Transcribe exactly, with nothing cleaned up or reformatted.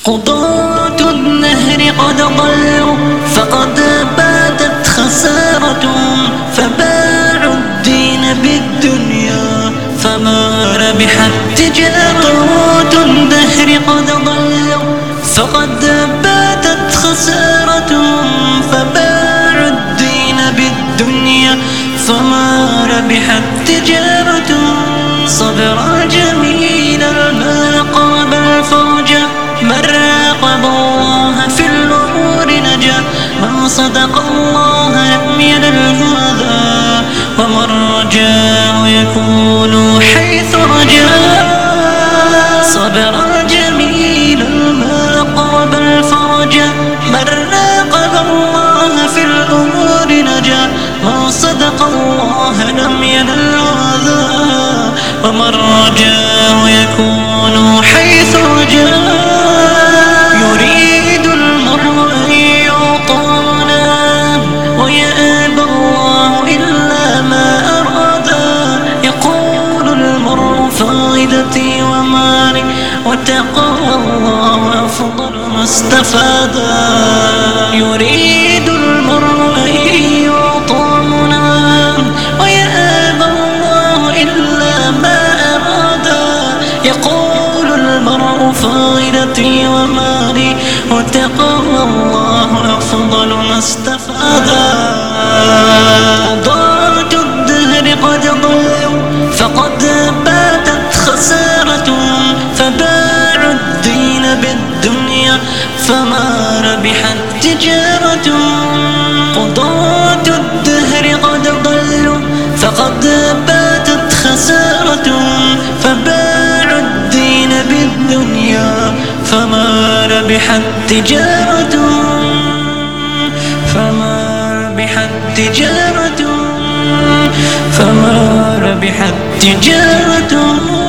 قضاة الدهر قد ضلوا فقد باتت خسارتهم، فباعوا الدين بالدنيا فما ربحت تجارتهم. قضاة الدهر قد ضلوا فقد باتت خسارتهم، فباعوا الدين بالدنيا فما ربحت تجارتهم. صبرا جميلا ما قرب الفرج، من راقب الله في الأمور نجا. من صدق الله لم ينل هذا، ومن رجاه يكون حيث رجا. صبرا جميلا ما قرب الفرج، من راقب الله في الأمور نجا. من صدق الله لم ينل هذا، ومن رجاه يكون حيث رجا. يريد المرء أن يعطى مناه، ويأبى الله إلا ما أرادا. يقول المرء فائدتي ومالي، وتقوى الله أفضل ما استفادا. يريد المرء أن يعطى مناه، ويأبى الله إلا ما أرادا. يقول المرء فائدتي ومالي، وتقوى الله أفضل ما استفادا. قضاة الدهر قد ضلوا فقد باتت خسارتهم، فباعوا الدين بالدنيا فما ربحت تجارتهم. قضاة الدهر قد ضلوا فقد باتت خسارتهم، فباعوا الدين بالدنيا فما ربحت تجارتهم. فما ربحت تجارتهم. فما ربحت تجارتهم.